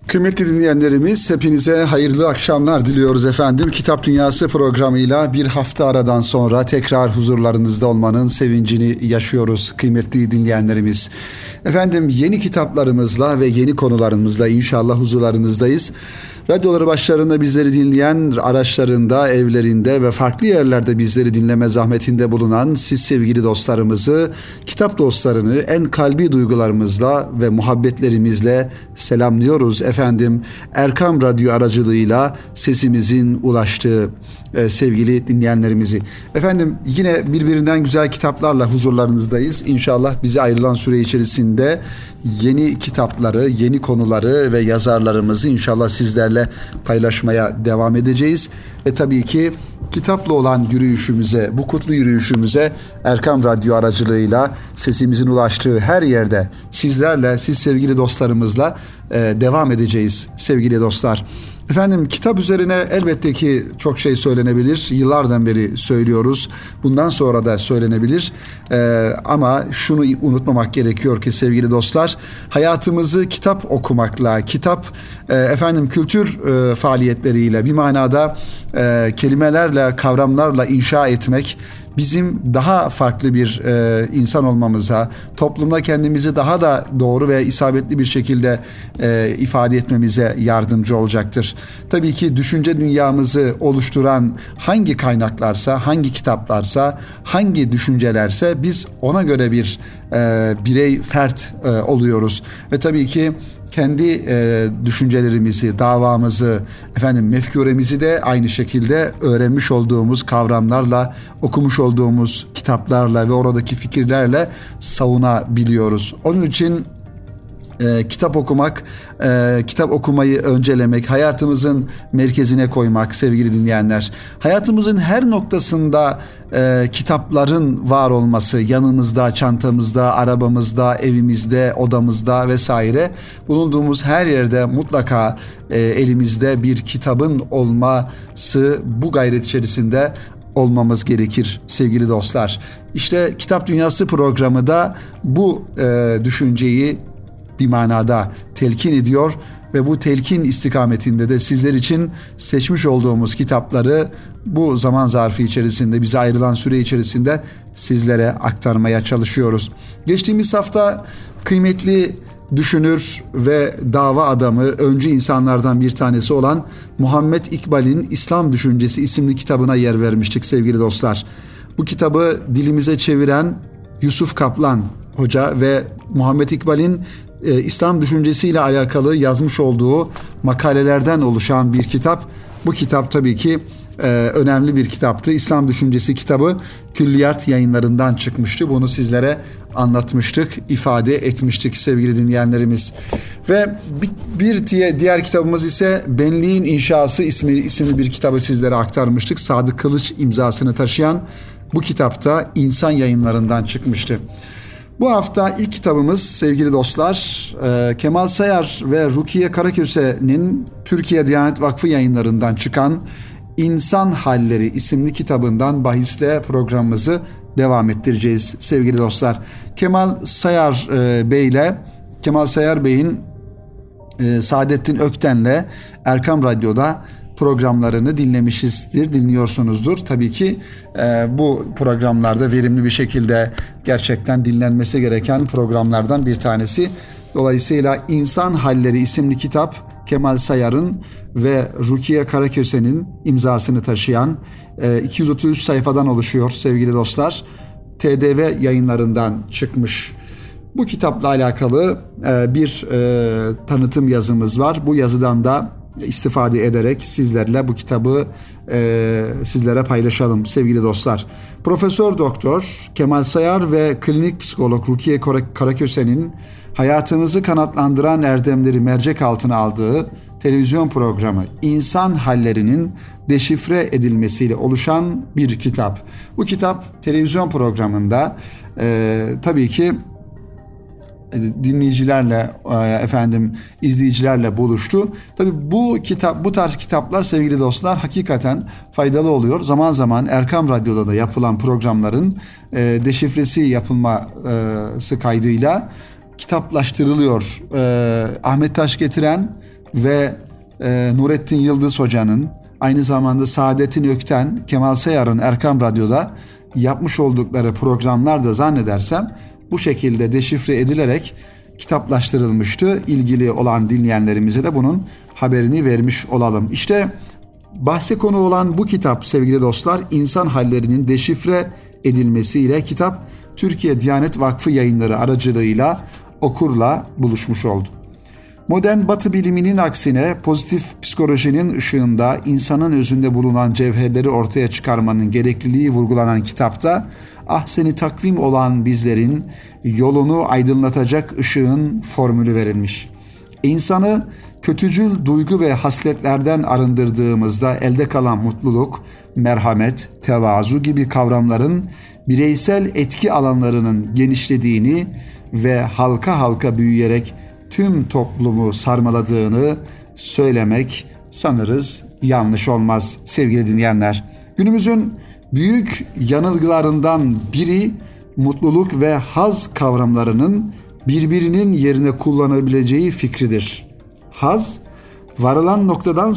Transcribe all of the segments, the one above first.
Kıymetli dinleyenlerimiz, hepinize hayırlı akşamlar diliyoruz efendim. Kitap Dünyası programıyla bir hafta aradan sonra tekrar huzurlarınızda olmanın sevincini yaşıyoruz kıymetli dinleyenlerimiz. Efendim, yeni kitaplarımızla ve yeni konularımızla inşallah huzurlarınızdayız. Radyoları başlarında bizleri dinleyen, araçlarında, evlerinde ve farklı yerlerde bizleri dinleme zahmetinde bulunan siz sevgili dostlarımızı, kitap dostlarını en kalbi duygularımızla ve muhabbetlerimizle selamlıyoruz efendim. Erkam Radyo aracılığıyla sesimizin ulaştığı sevgili dinleyenlerimizi. Efendim, yine birbirinden güzel kitaplarla huzurlarınızdayız. İnşallah bize ayrılan süre içerisinde yeni kitapları, yeni konuları ve yazarlarımızı inşallah sizlerle paylaşmaya devam edeceğiz. Ve tabii ki kitapla olan yürüyüşümüze, bu kutlu yürüyüşümüze Erkam Radyo aracılığıyla sesimizin ulaştığı her yerde sizlerle, siz sevgili dostlarımızla devam edeceğiz sevgili dostlar. Efendim, kitap üzerine elbette ki çok şey söylenebilir. Yıllardan beri söylüyoruz. Bundan sonra da söylenebilir. Ama şunu unutmamak gerekiyor ki sevgili dostlar, hayatımızı kitap okumakla, kitap kültür faaliyetleriyle, bir manada kelimelerle, kavramlarla inşa etmek, bizim daha farklı bir insan olmamıza, toplumda kendimizi daha da doğru ve isabetli bir şekilde ifade etmemize yardımcı olacaktır. Tabii ki düşünce dünyamızı oluşturan hangi kaynaklarsa, hangi kitaplarsa, hangi düşüncelerse biz ona göre bir birey, fert oluyoruz. Ve tabii ki kendi düşüncelerimizi, davamızı, mefkuremizi de aynı şekilde öğrenmiş olduğumuz kavramlarla, okumuş olduğumuz kitaplarla ve oradaki fikirlerle savunabiliyoruz. Onun için kitap okumak, kitap okumayı öncelemek, hayatımızın merkezine koymak sevgili dinleyenler. Hayatımızın her noktasında kitapların var olması, yanımızda, çantamızda, arabamızda, evimizde, odamızda vesaire, bulunduğumuz her yerde mutlaka elimizde bir kitabın olması, bu gayret içerisinde olmamız gerekir sevgili dostlar. İşte Kitap Dünyası programı da bu düşünceyi bir manada telkin ediyor ve bu telkin istikametinde de sizler için seçmiş olduğumuz kitapları bu zaman zarfı içerisinde, bize ayrılan süre içerisinde sizlere aktarmaya çalışıyoruz. Geçtiğimiz hafta kıymetli düşünür ve dava adamı, öncü insanlardan bir tanesi olan Muhammed İkbal'in İslam Düşüncesi isimli kitabına yer vermiştik sevgili dostlar. Bu kitabı dilimize çeviren Yusuf Kaplan Hoca ve Muhammed İkbal'in İslam düşüncesiyle alakalı yazmış olduğu makalelerden oluşan bir kitap. Bu kitap tabii ki önemli bir kitaptı. İslam Düşüncesi kitabı Külliyat Yayınlarından çıkmıştı. Bunu sizlere anlatmıştık, ifade etmiştik sevgili dinleyenlerimiz. Ve bir diğer kitabımız ise Benliğin İnşası isimli bir kitabı sizlere aktarmıştık. Sadık Kılıç imzasını taşıyan bu kitapta İnsan Yayınlarından çıkmıştı. Bu hafta ilk kitabımız sevgili dostlar, Kemal Sayar ve Rukiye Karaköse'nin Türkiye Diyanet Vakfı yayınlarından çıkan İnsan Halleri isimli kitabından bahisle programımızı devam ettireceğiz sevgili dostlar. Kemal Sayar Bey'in Saadettin Ökten'le Erkam Radyo'da programlarını dinliyorsunuzdur. Tabii ki bu programlarda verimli bir şekilde gerçekten dinlenmesi gereken programlardan bir tanesi. Dolayısıyla İnsan Halleri isimli kitap Kemal Sayar'ın ve Rukiye Karaköse'nin imzasını taşıyan 233 sayfadan oluşuyor sevgili dostlar. TDV yayınlarından çıkmış. Bu kitapla alakalı bir tanıtım yazımız var. Bu yazıdan da istifade ederek sizlerle bu kitabı sizlere paylaşalım sevgili dostlar. Profesör Doktor Kemal Sayar ve klinik psikolog Rukiye Karaköse'nin hayatımızı kanatlandıran erdemleri mercek altına aldığı televizyon programı İnsan Halleri'nin deşifre edilmesiyle oluşan bir kitap. Bu kitap televizyon programında tabii ki dinleyicilerle, izleyicilerle buluştu. Tabii bu tarz kitaplar sevgili dostlar hakikaten faydalı oluyor. Zaman zaman Erkam Radyo'da da yapılan programların deşifresi yapılması kaydıyla kitaplaştırılıyor. Ahmet Taş getiren ve Nurettin Yıldız Hoca'nın, aynı zamanda Saadettin Ökten, Kemal Sayar'ın Erkam Radyo'da yapmış oldukları programlar da zannedersem bu şekilde deşifre edilerek kitaplaştırılmıştı. İlgili olan dinleyenlerimize de bunun haberini vermiş olalım. İşte bahse konu olan bu kitap sevgili dostlar, insan hallerinin deşifre edilmesiyle kitap Türkiye Diyanet Vakfı Yayınları aracılığıyla okurla buluşmuş oldu. Modern Batı biliminin aksine pozitif psikolojinin ışığında insanın özünde bulunan cevherleri ortaya çıkarmanın gerekliliği vurgulanan kitapta ahseni takvim olan bizlerin yolunu aydınlatacak ışığın formülü verilmiş. İnsanı kötücül duygu ve hasletlerden arındırdığımızda elde kalan mutluluk, merhamet, tevazu gibi kavramların bireysel etki alanlarının genişlediğini ve halka halka büyüyerek tüm toplumu sarmaladığını söylemek sanırız yanlış olmaz sevgili dinleyenler. Günümüzün büyük yanılgılarından biri mutluluk ve haz kavramlarının birbirinin yerine kullanabileceği fikridir. Haz, varılan noktadan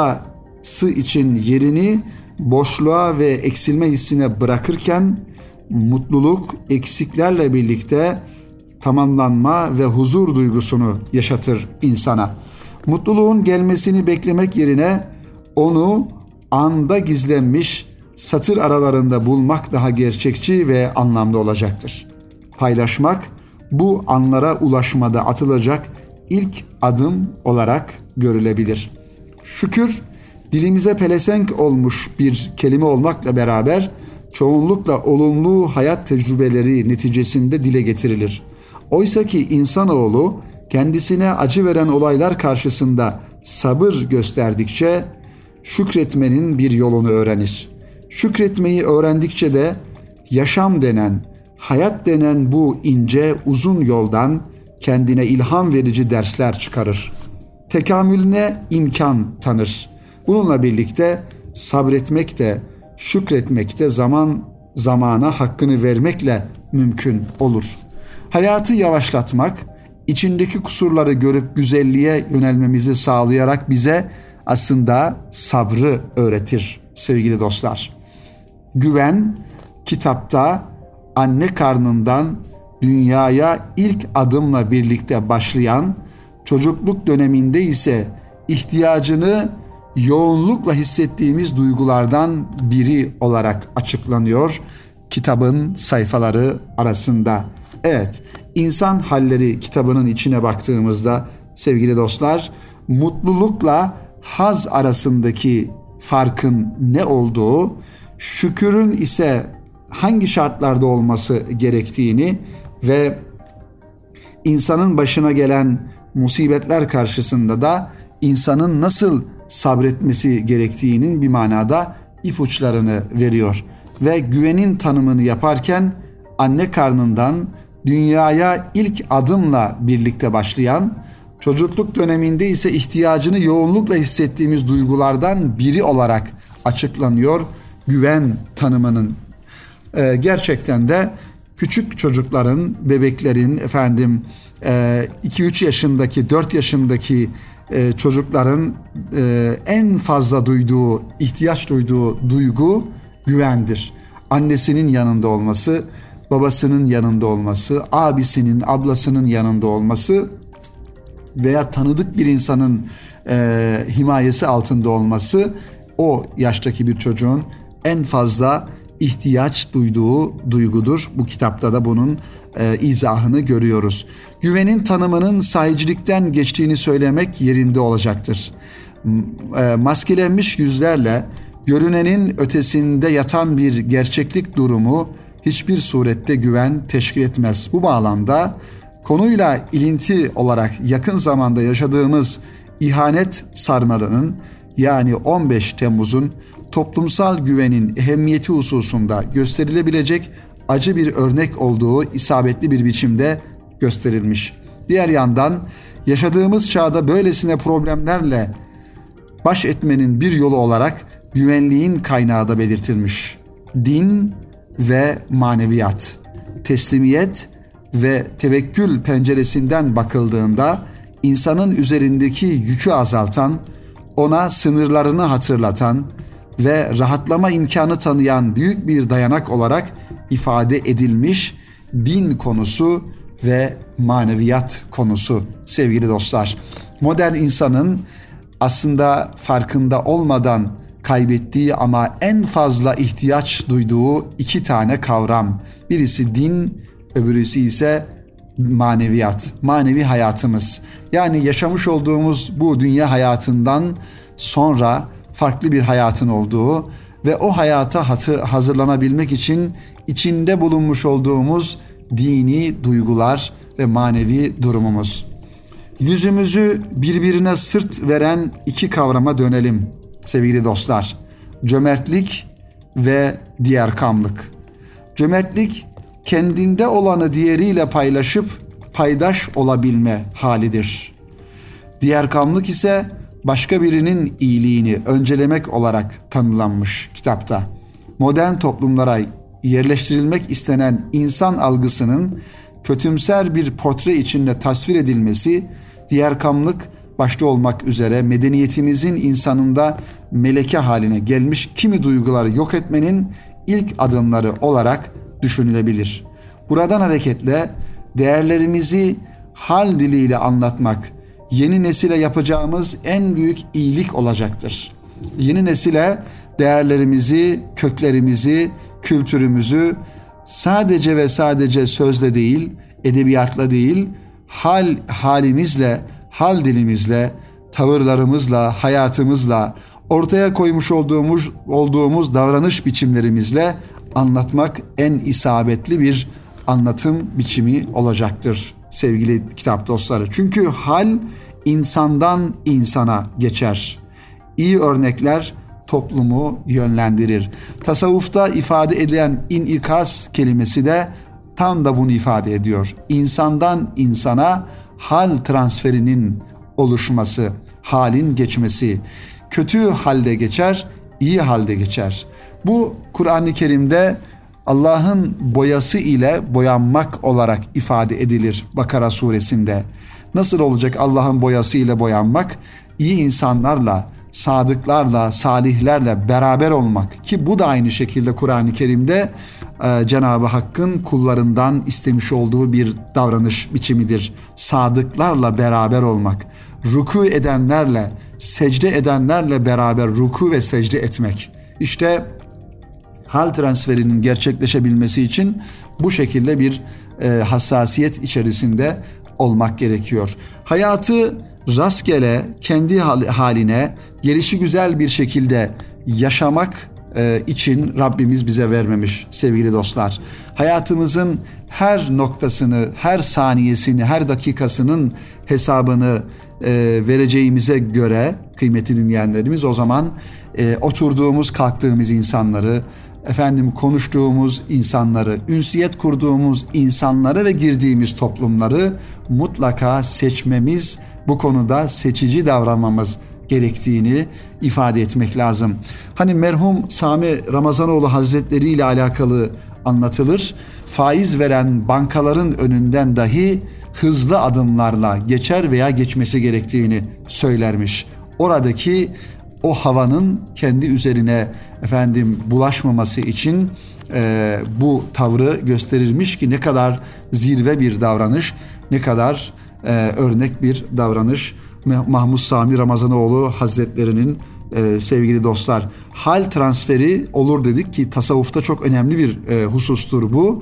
sonrası için yerini boşluğa ve eksilme hissine bırakırken mutluluk eksiklerle birlikte tamamlanma ve huzur duygusunu yaşatır insana. Mutluluğun gelmesini beklemek yerine onu anda gizlenmiş satır aralarında bulmak daha gerçekçi ve anlamlı olacaktır. Paylaşmak bu anlara ulaşmada atılacak ilk adım olarak görülebilir. Şükür dilimize pelesenk olmuş bir kelime olmakla beraber çoğunlukla olumlu hayat tecrübeleri neticesinde dile getirilir. Oysa ki insanoğlu kendisine acı veren olaylar karşısında sabır gösterdikçe şükretmenin bir yolunu öğrenir. Şükretmeyi öğrendikçe de yaşam denen, hayat denen bu ince uzun yoldan kendine ilham verici dersler çıkarır. Tekamülüne imkan tanır. Bununla birlikte sabretmek de, şükretmek de zamana hakkını vermekle mümkün olur. Hayatı yavaşlatmak, içindeki kusurları görüp güzelliğe yönelmemizi sağlayarak bize aslında sabrı öğretir sevgili dostlar. Güven, kitapta anne karnından dünyaya ilk adımla birlikte başlayan, çocukluk döneminde ise ihtiyacını yoğunlukla hissettiğimiz duygulardan biri olarak açıklanıyor kitabın sayfaları arasında. Evet, İnsan Halleri kitabının içine baktığımızda sevgili dostlar, mutlulukla haz arasındaki farkın ne olduğu, şükürün ise hangi şartlarda olması gerektiğini ve insanın başına gelen musibetler karşısında da insanın nasıl sabretmesi gerektiğinin bir manada ipuçlarını veriyor. Ve güvenin tanımını yaparken anne karnından dünyaya ilk adımla birlikte başlayan, çocukluk döneminde ise ihtiyacını yoğunlukla hissettiğimiz duygulardan biri olarak açıklanıyor güven tanımının. Gerçekten de küçük çocukların, bebeklerin, 2-3 yaşındaki, 4 yaşındaki çocukların en fazla duyduğu, ihtiyaç duyduğu duygu güvendir. Annesinin yanında olması, babasının yanında olması, abisinin, ablasının yanında olması veya tanıdık bir insanın himayesi altında olması o yaştaki bir çocuğun en fazla ihtiyaç duyduğu duygudur. Bu kitapta da bunun izahını görüyoruz. Güvenin tanımının sahicilikten geçtiğini söylemek yerinde olacaktır. Maskelenmiş yüzlerle görünenin ötesinde yatan bir gerçeklik durumu hiçbir surette güven teşkil etmez. Bu bağlamda konuyla ilinti olarak yakın zamanda yaşadığımız ihanet sarmalının, yani 15 Temmuz'un toplumsal güvenin ehemmiyeti hususunda gösterilebilecek acı bir örnek olduğu isabetli bir biçimde gösterilmiş. Diğer yandan yaşadığımız çağda böylesine problemlerle baş etmenin bir yolu olarak güvenliğin kaynağı da belirtilmiş. Din ve maneviyat, teslimiyet ve tevekkül penceresinden bakıldığında insanın üzerindeki yükü azaltan, ona sınırlarını hatırlatan ve rahatlama imkanı tanıyan büyük bir dayanak olarak ifade edilmiş din konusu ve maneviyat konusu sevgili dostlar. Modern insanın aslında farkında olmadan kaybettiği ama en fazla ihtiyaç duyduğu iki tane kavram. Birisi din, öbürüsü ise maneviyat, manevi hayatımız. Yani yaşamış olduğumuz bu dünya hayatından sonra farklı bir hayatın olduğu ve o hayata hazırlanabilmek için içinde bulunmuş olduğumuz dini duygular ve manevi durumumuz. Yüzümüzü birbirine sırt veren iki kavrama dönelim sevgili dostlar. Cömertlik ve diğerkamlık. Cömertlik, kendinde olanı diğeriyle paylaşıp paydaş olabilme halidir. Diğerkamlık ise başka birinin iyiliğini öncelemek olarak tanımlanmış kitapta. Modern toplumlara yerleştirilmek istenen insan algısının kötümser bir portre içinde tasvir edilmesi, diğerkamlık başta olmak üzere medeniyetimizin insanında meleke haline gelmiş kimi duyguları yok etmenin ilk adımları olarak düşünülebilir. Buradan hareketle değerlerimizi hal diliyle anlatmak yeni nesile yapacağımız en büyük iyilik olacaktır. Yeni nesile değerlerimizi, köklerimizi, kültürümüzü sadece ve sadece sözle değil, edebiyatla değil, halimizle, hal dilimizle, tavırlarımızla, hayatımızla, ortaya koymuş olduğumuz davranış biçimlerimizle anlatmak en isabetli bir anlatım biçimi olacaktır sevgili kitap dostları. Çünkü hal insandan insana geçer. İyi örnekler toplumu yönlendirir. Tasavvufta ifade edilen inikas kelimesi de tam da bunu ifade ediyor. İnsandan insana hal transferinin oluşması, halin geçmesi. Kötü halde geçer, iyi halde geçer. Bu Kur'an-ı Kerim'de Allah'ın boyası ile boyanmak olarak ifade edilir Bakara suresinde. Nasıl olacak Allah'ın boyası ile boyanmak? İyi insanlarla, sadıklarla, salihlerle beraber olmak, ki bu da aynı şekilde Kur'an-ı Kerim'de Cenab-ı Hakk'ın kullarından istemiş olduğu bir davranış biçimidir. Sadıklarla beraber olmak, ruku edenlerle, secde edenlerle beraber ruku ve secde etmek. İşte hal transferinin gerçekleşebilmesi için bu şekilde bir hassasiyet içerisinde olmak gerekiyor. Hayatı rastgele, kendi haline, gelişigüzel bir şekilde yaşamak için Rabbimiz bize vermemiş sevgili dostlar. Hayatımızın her noktasını, her saniyesini, her dakikasının hesabını vereceğimize göre kıymetli dinleyenlerimiz, o zaman oturduğumuz, kalktığımız insanları, konuştuğumuz insanları, ünsiyet kurduğumuz insanları ve girdiğimiz toplumları mutlaka seçmemiz, bu konuda seçici davranmamız gerektiğini ifade etmek lazım. Hani merhum Sami Ramazanoğlu Hazretleri ile alakalı anlatılır. Faiz veren bankaların önünden dahi hızlı adımlarla geçer veya geçmesi gerektiğini söylermiş. Oradaki o havanın kendi üzerine bulaşmaması için bu tavrı gösterirmiş ki ne kadar zirve bir davranış, ne kadar örnek bir davranış Mahmud Sami Ramazanoğlu Hazretleri'nin sevgili dostlar. Hal transferi olur dedik ki tasavvufta çok önemli bir husustur bu.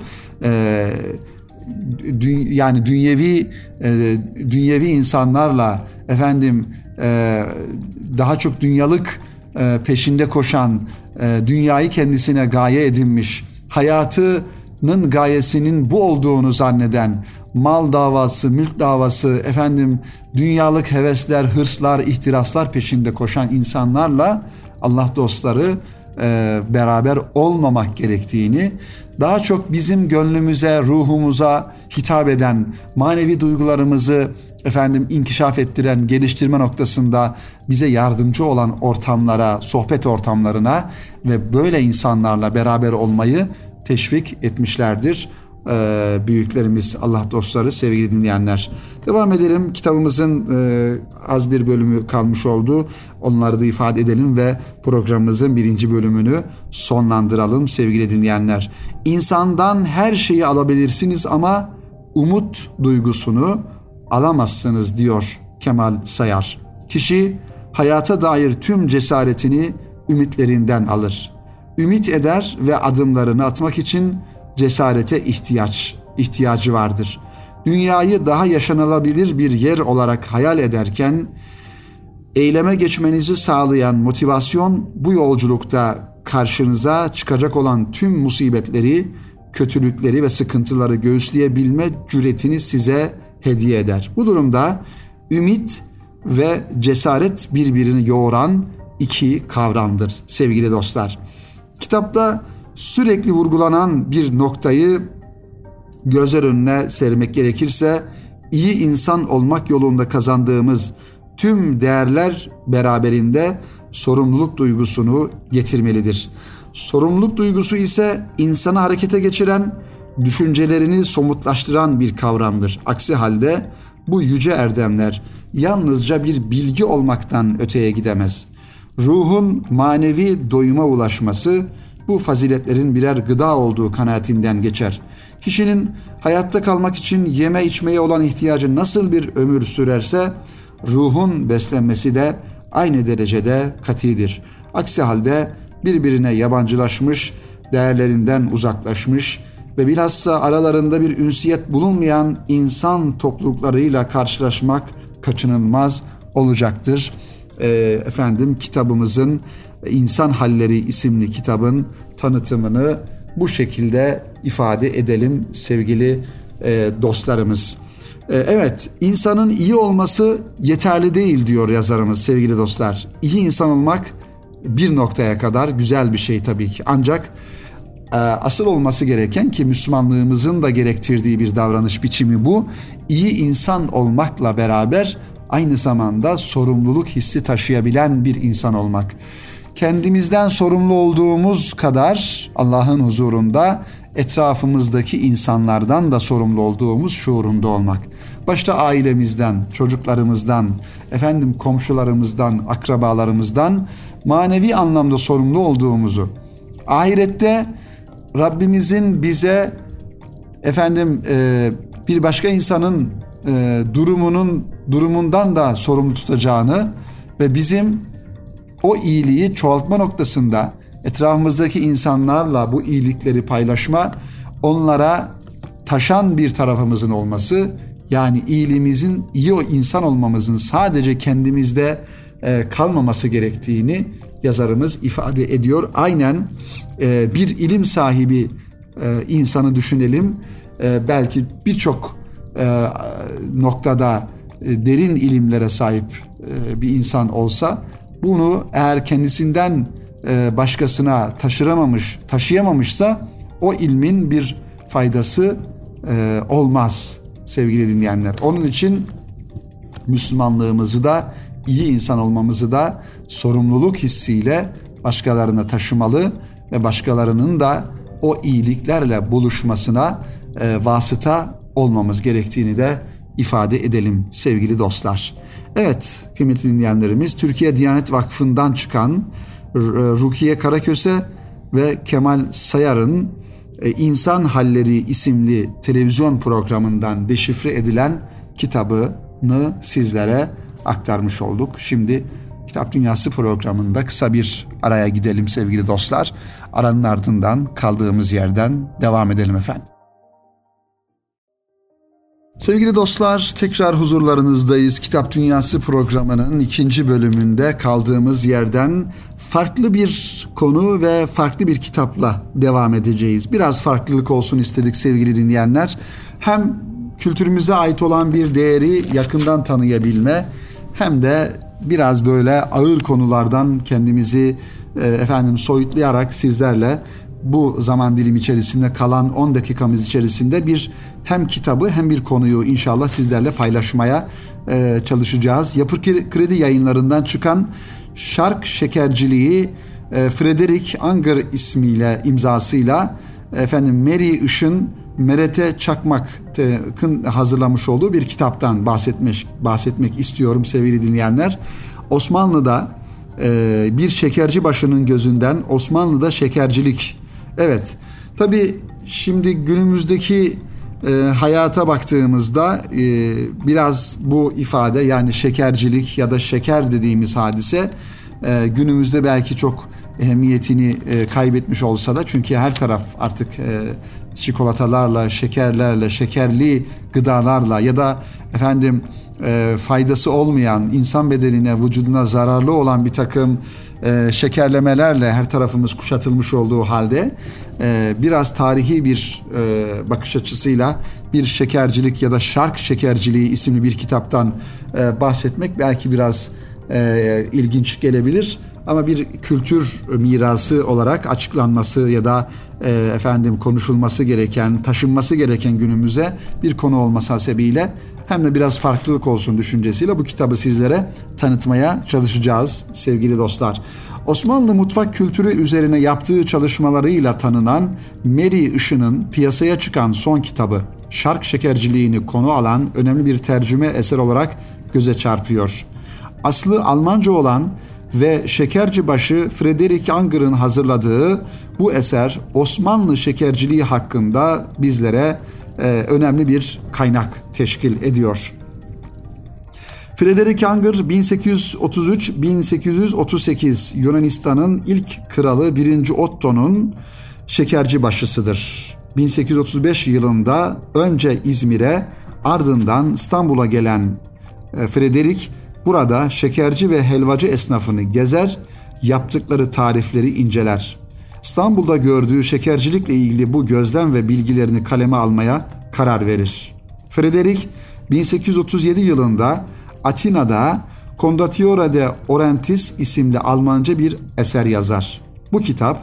Yani dünyevi insanlarla daha çok dünyalık peşinde koşan, dünyayı kendisine gaye edinmiş, hayatının gayesinin bu olduğunu zanneden, mal davası, mülk davası, dünyalık hevesler, hırslar, ihtiraslar peşinde koşan insanlarla Allah dostları beraber olmamak gerektiğini, daha çok bizim gönlümüze, ruhumuza hitap eden, manevi duygularımızı inkişaf ettiren, geliştirme noktasında bize yardımcı olan ortamlara, sohbet ortamlarına ve böyle insanlarla beraber olmayı teşvik etmişlerdir. büyüklerimiz, Allah dostları, sevgili dinleyenler. Devam edelim. Kitabımızın az bir bölümü kalmış oldu. Onları da ifade edelim ve programımızın 1. bölümünü sonlandıralım sevgili dinleyenler. İnsandan her şeyi alabilirsiniz ama umut duygusunu alamazsınız diyor Kemal Sayar. Kişi hayata dair tüm cesaretini ümitlerinden alır. Ümit eder ve adımlarını atmak için cesarete ihtiyacı vardır. Dünyayı daha yaşanılabilir bir yer olarak hayal ederken eyleme geçmenizi sağlayan motivasyon bu yolculukta karşınıza çıkacak olan tüm musibetleri, kötülükleri ve sıkıntıları göğüsleyebilme cüretini size hediye eder. Bu durumda ümit ve cesaret birbirini yoğuran iki kavramdır sevgili dostlar. Kitapta sürekli vurgulanan bir noktayı gözler önüne sermek gerekirse, iyi insan olmak yolunda kazandığımız tüm değerler beraberinde sorumluluk duygusunu getirmelidir. Sorumluluk duygusu ise insanı harekete geçiren, düşüncelerini somutlaştıran bir kavramdır. Aksi halde bu yüce erdemler yalnızca bir bilgi olmaktan öteye gidemez. Ruhun manevi doyuma ulaşması bu faziletlerin birer gıda olduğu kanaatinden geçer. Kişinin hayatta kalmak için yeme içmeye olan ihtiyacı nasıl bir ömür sürerse ruhun beslenmesi de aynı derecede katidir. Aksi halde birbirine yabancılaşmış, değerlerinden uzaklaşmış ve bilhassa aralarında bir ünsiyet bulunmayan insan topluluklarıyla karşılaşmak kaçınılmaz olacaktır. Kitabımızın İnsan Halleri isimli kitabın tanıtımını bu şekilde ifade edelim sevgili dostlarımız. Evet, insanın iyi olması yeterli değil diyor yazarımız sevgili dostlar. İyi insan olmak bir noktaya kadar güzel bir şey tabii ki. Ancak asıl olması gereken, ki Müslümanlığımızın da gerektirdiği bir davranış biçimi bu. İyi insan olmakla beraber aynı zamanda sorumluluk hissi taşıyabilen bir insan olmak. Kendimizden sorumlu olduğumuz kadar Allah'ın huzurunda etrafımızdaki insanlardan da sorumlu olduğumuz şuurunda olmak. Başta ailemizden, çocuklarımızdan, komşularımızdan, akrabalarımızdan manevi anlamda sorumlu olduğumuzu, ahirette Rabbimizin bize bir başka insanın durumundan da sorumlu tutacağını ve bizim o iyiliği çoğaltma noktasında etrafımızdaki insanlarla bu iyilikleri paylaşma, onlara taşan bir tarafımızın olması, yani iyiliğimizin, iyi o insan olmamızın sadece kendimizde kalmaması gerektiğini yazarımız ifade ediyor. Aynen bir ilim sahibi insanı düşünelim. Belki birçok noktada derin ilimlere sahip bir insan olsa, bunu eğer kendisinden başkasına taşıyamamışsa o ilmin bir faydası olmaz sevgili dinleyenler. Onun için Müslümanlığımızı da, iyi insan olmamızı da sorumluluk hissiyle başkalarına taşımalı ve başkalarının da o iyiliklerle buluşmasına vasıta olmamız gerektiğini de ifade edelim sevgili dostlar. Evet kıymetli dinleyenlerimiz, Türkiye Diyanet Vakfı'ndan çıkan Rukiye Karaköse ve Kemal Sayar'ın İnsan Halleri isimli televizyon programından deşifre edilen kitabını sizlere aktarmış olduk. Şimdi Kitap Dünyası programında kısa bir araya gidelim sevgili dostlar. Aranın ardından kaldığımız yerden devam edelim efendim. Sevgili dostlar, tekrar huzurlarınızdayız. Kitap Dünyası programının 2. bölümünde kaldığımız yerden farklı bir konu ve farklı bir kitapla devam edeceğiz. Biraz farklılık olsun istedik sevgili dinleyenler. Hem kültürümüze ait olan bir değeri yakından tanıyabilme, hem de biraz böyle ağır konulardan kendimizi soyutlayarak sizlerle bu zaman dilimi içerisinde kalan 10 dakikamız içerisinde bir hem kitabı hem bir konuyu inşallah sizlerle paylaşmaya çalışacağız. Yapı Kredi Yayınlarından çıkan Şark Şekerciliği, Frederick Unger ismiyle, imzasıyla Mary Işın Merete Çakmak'ın hazırlamış olduğu bir kitaptan bahsetmek istiyorum sevgili dinleyenler. Osmanlı'da bir şekerci başının gözünden Osmanlı'da şekercilik. Evet, tabii şimdi günümüzdeki hayata baktığımızda biraz bu ifade, yani şekercilik ya da şeker dediğimiz hadise günümüzde belki çok ehemmiyetini kaybetmiş olsa da, çünkü her taraf artık çikolatalarla, şekerlerle, şekerli gıdalarla ya da faydası olmayan, insan bedenine, vücuduna zararlı olan bir takım şekerlemelerle her tarafımız kuşatılmış olduğu halde biraz tarihi bir bakış açısıyla bir şekercilik ya da şark şekerciliği isimli bir kitaptan bahsetmek belki biraz ilginç gelebilir. Ama bir kültür mirası olarak açıklanması ya da konuşulması gereken, taşınması gereken günümüze bir konu olması hasebiyle hem de biraz farklılık olsun düşüncesiyle bu kitabı sizlere tanıtmaya çalışacağız sevgili dostlar. Osmanlı mutfak kültürü üzerine yaptığı çalışmalarıyla tanınan Mary Işın'ın piyasaya çıkan son kitabı şark şekerciliğini konu alan önemli bir tercüme eser olarak göze çarpıyor. Aslı Almanca olan ve şekercibaşı Frederick Anger'ın hazırladığı bu eser Osmanlı şekerciliği hakkında bizlere önemli bir kaynak teşkil ediyor. Frederick Anger 1833-1838 Yunanistan'ın ilk kralı 1. Otto'nun şekercibaşısıdır. 1835 yılında önce İzmir'e, ardından İstanbul'a gelen Frederick burada şekerci ve helvacı esnafını gezer, yaptıkları tarifleri inceler. İstanbul'da gördüğü şekercilikle ilgili bu gözlem ve bilgilerini kaleme almaya karar verir. Frederick 1837 yılında Atina'da Condottiero de Orontis isimli Almanca bir eser yazar. Bu kitap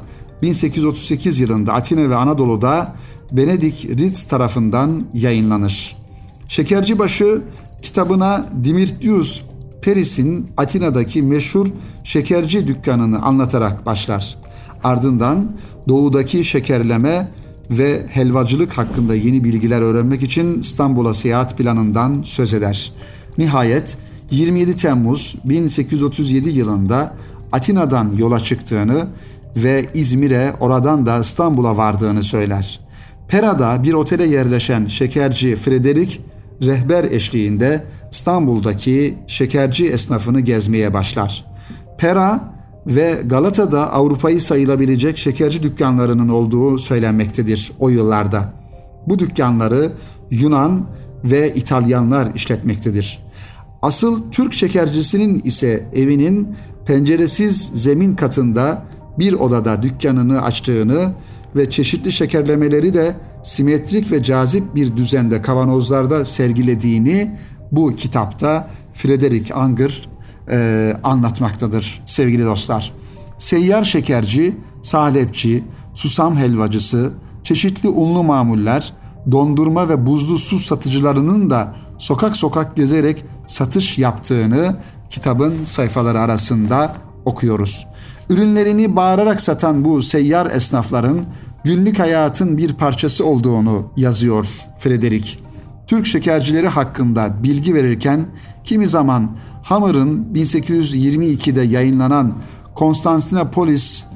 1838 yılında Atina ve Anadolu'da Venedik Ritz tarafından yayınlanır. Şekercibaşı kitabına Dimitrius Peris'in Atina'daki meşhur şekerci dükkanını anlatarak başlar. Ardından doğudaki şekerleme ve helvacılık hakkında yeni bilgiler öğrenmek için İstanbul'a seyahat planından söz eder. Nihayet 27 Temmuz 1837 yılında Atina'dan yola çıktığını ve İzmir'e, oradan da İstanbul'a vardığını söyler. Pera'da bir otele yerleşen şekerci Frederick, rehber eşliğinde İstanbul'daki şekerci esnafını gezmeye başlar. Pera ve Galata'da Avrupa'yı sayılabilecek şekerci dükkanlarının olduğu söylenmektedir o yıllarda. Bu dükkanları Yunan ve İtalyanlar işletmektedir. Asıl Türk şekercisinin ise evinin penceresiz zemin katında bir odada dükkanını açtığını ve çeşitli şekerlemeleri de simetrik ve cazip bir düzende kavanozlarda sergilediğini bu kitapta Frederick Anger anlatmaktadır sevgili dostlar. Seyyar şekerci, salepçi, susam helvacısı, çeşitli unlu mamuller, dondurma ve buzlu su satıcılarının da sokak sokak gezerek satış yaptığını kitabın sayfaları arasında okuyoruz. Ürünlerini bağırarak satan bu seyyar esnafların günlük hayatın bir parçası olduğunu yazıyor Frederick. Türk şekercileri hakkında bilgi verirken kimi zaman Hammer'ın 1822'de yayınlanan Konstantinopolis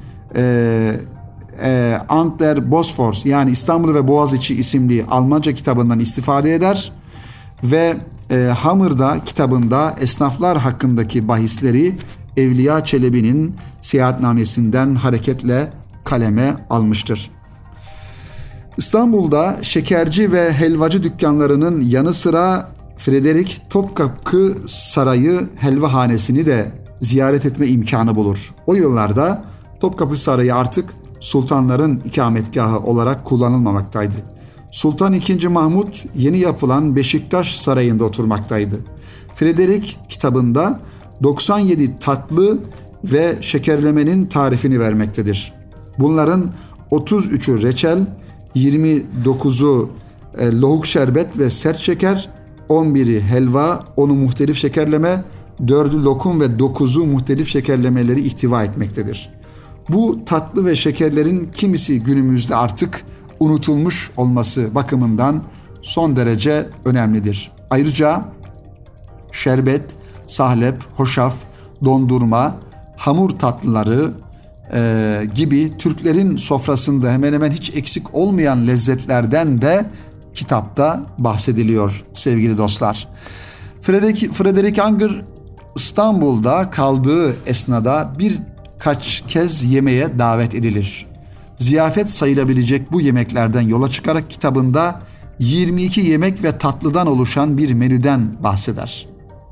and der Bosphorus, yani İstanbul ve Boğaziçi isimli Almanca kitabından istifade eder ve Hammer'da kitabında esnaflar hakkındaki bahisleri Evliya Çelebi'nin seyahatnamesinden hareketle kaleme almıştır. İstanbul'da şekerci ve helvacı dükkanlarının yanı sıra Frederick Topkapı Sarayı helvahanesini de ziyaret etme imkanı bulur. O yıllarda Topkapı Sarayı artık sultanların ikametgahı olarak kullanılmamaktaydı. Sultan II. Mahmut yeni yapılan Beşiktaş Sarayı'nda oturmaktaydı. Frederick kitabında 97 tatlı ve şekerlemenin tarifini vermektedir. Bunların 33'ü reçel, 29'u lohuk şerbet ve sert şeker, 11'i helva, 10'u muhtelif şekerleme, 4'ü lokum ve 9'u muhtelif şekerlemeleri ihtiva etmektedir. Bu tatlı ve şekerlerin kimisi günümüzde artık unutulmuş olması bakımından son derece önemlidir. Ayrıca şerbet, sahlep, hoşaf, dondurma, hamur tatlıları gibi Türklerin sofrasında hemen hemen hiç eksik olmayan lezzetlerden de kitapta bahsediliyor sevgili dostlar. Frederick Unger İstanbul'da kaldığı esnada birkaç kez yemeğe davet edilir. Ziyafet sayılabilecek bu yemeklerden yola çıkarak kitabında 22 yemek ve tatlıdan oluşan bir menüden bahseder.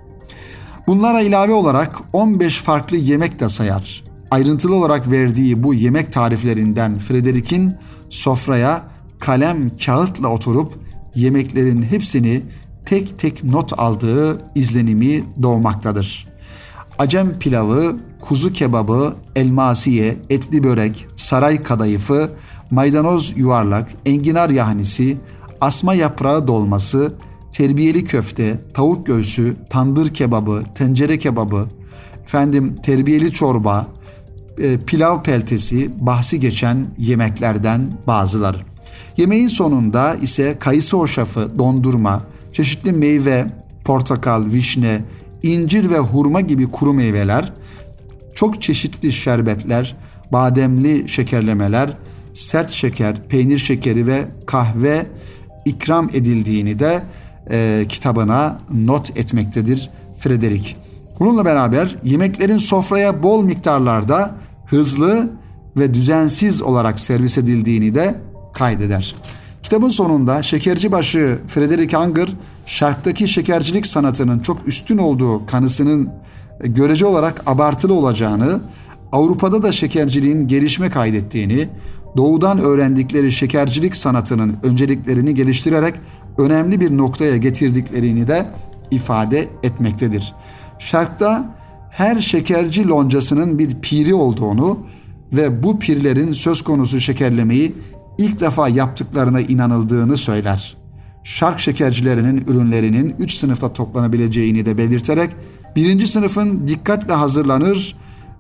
Bunlara ilave olarak 15 farklı yemek de sayar. Ayrıntılı olarak verdiği bu yemek tariflerinden Frederick'in sofraya kalem kağıtla oturup yemeklerin hepsini tek tek not aldığı izlenimi doğmaktadır. Acem pilavı, kuzu kebabı, elmasiye, etli börek, saray kadayıfı, maydanoz yuvarlak, enginar yahnisi, asma yaprağı dolması, terbiyeli köfte, tavuk göğsü, tandır kebabı, tencere kebabı, terbiyeli çorba, pilav peltesi bahsi geçen yemeklerden bazıları. Yemeğin sonunda ise kayısı hoşafı, dondurma, çeşitli meyve, portakal, vişne, incir ve hurma gibi kuru meyveler, çok çeşitli şerbetler, bademli şekerlemeler, sert şeker, peynir şekeri ve kahve ikram edildiğini de kitabına not etmektedir Frederick. Bununla beraber yemeklerin sofraya bol miktarlarda hızlı ve düzensiz olarak servis edildiğini de kaydeder. Kitabın sonunda şekercibaşı Frederick Unger, Şark'taki şekercilik sanatının çok üstün olduğu kanısının görece olarak abartılı olacağını, Avrupa'da da şekerciliğin gelişme kaydettiğini, doğudan öğrendikleri şekercilik sanatının önceliklerini geliştirerek önemli bir noktaya getirdiklerini de ifade etmektedir. Şark'ta her şekerci loncasının bir piri olduğunu ve bu pirlerin söz konusu şekerlemeyi ilk defa yaptıklarına inanıldığını söyler. Şark şekercilerinin ürünlerinin 3 sınıfta toplanabileceğini de belirterek birinci sınıfın dikkatle hazırlanır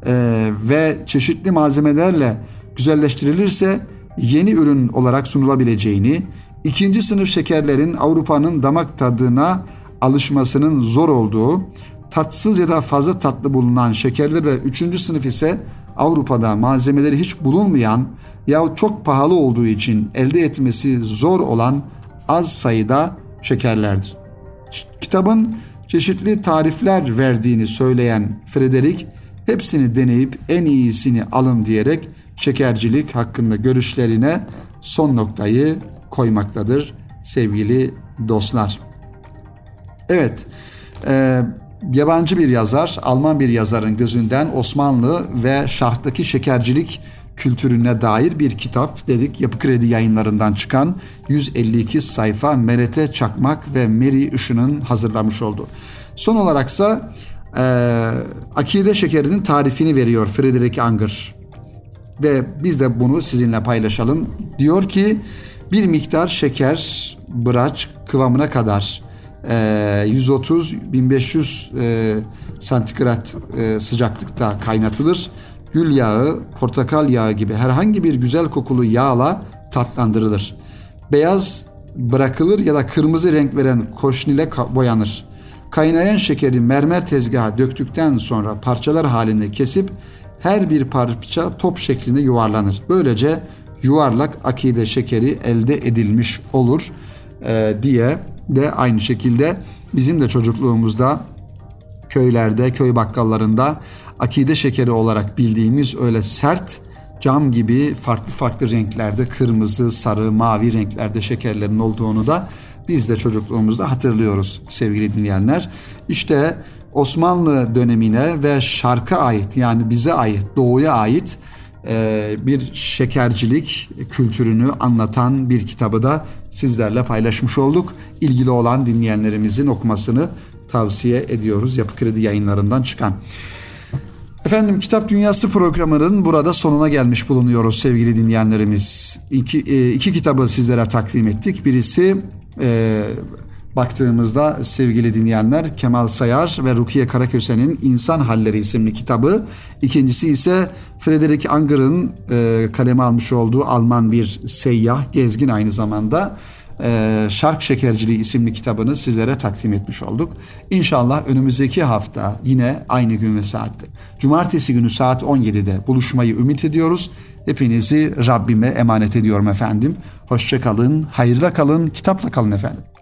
ve çeşitli malzemelerle güzelleştirilirse yeni ürün olarak sunulabileceğini, ikinci sınıf şekerlerin Avrupa'nın damak tadına alışmasının zor olduğu, tatsız ya da fazla tatlı bulunan şekerler ve üçüncü sınıf ise Avrupa'da malzemeleri hiç bulunmayan yahut çok pahalı olduğu için elde etmesi zor olan az sayıda şekerlerdir. Kitabın çeşitli tarifler verdiğini söyleyen Frederick, hepsini deneyip en iyisini alın diyerek şekercilik hakkında görüşlerine son noktayı koymaktadır sevgili dostlar. Evet, yabancı bir yazar, Alman bir yazarın gözünden Osmanlı ve Şark'taki şekercilik kültürüne dair bir kitap dedik. Yapı Kredi Yayınlarından çıkan 152 sayfa Merete Çakmak ve Meri Işın'ın hazırlamış olduğu. Son olaraksa akide şekerinin tarifini veriyor Frederick Unger. Ve biz de bunu sizinle paylaşalım. Diyor ki bir miktar şeker bıraç kıvamına kadar 130-1500 santigrat sıcaklıkta kaynatılır. Gül yağı, portakal yağı gibi herhangi bir güzel kokulu yağla tatlandırılır. Beyaz bırakılır ya da kırmızı renk veren koşnile boyanır. Kaynayan şekeri mermer tezgaha döktükten sonra parçalar halinde kesip her bir parça top şeklinde yuvarlanır. Böylece yuvarlak akide şekeri elde edilmiş olur diye de aynı şekilde bizim de çocukluğumuzda köylerde, köy bakkallarında akide şekeri olarak bildiğimiz öyle sert cam gibi farklı farklı renklerde kırmızı, sarı, mavi renklerde şekerlerin olduğunu da biz de çocukluğumuzda hatırlıyoruz sevgili dinleyenler. İşte Osmanlı dönemine ve Şark'a ait yani bize ait, Doğu'ya ait bir şekercilik kültürünü anlatan bir kitabı da sizlerle paylaşmış olduk. İlgili olan dinleyenlerimizin okumasını tavsiye ediyoruz. Yapı Kredi Yayınlarından çıkan. Efendim Kitap Dünyası programının burada sonuna gelmiş bulunuyoruz sevgili dinleyenlerimiz. İki kitabı sizlere takdim ettik. Birisi baktığımızda sevgili dinleyenler, Kemal Sayar ve Rukiye Karaköse'nin İnsan Halleri isimli kitabı. İkincisi ise Frederick Anger'ın kaleme almış olduğu Alman bir seyyah, gezgin aynı zamanda, Şark Şekerciliği isimli kitabını sizlere takdim etmiş olduk. İnşallah önümüzdeki hafta yine aynı gün ve saatte, Cumartesi günü saat 17'de buluşmayı ümit ediyoruz. Hepinizi Rabbime emanet ediyorum efendim. Hoşça kalın, hayırla kalın, kitapla kalın efendim.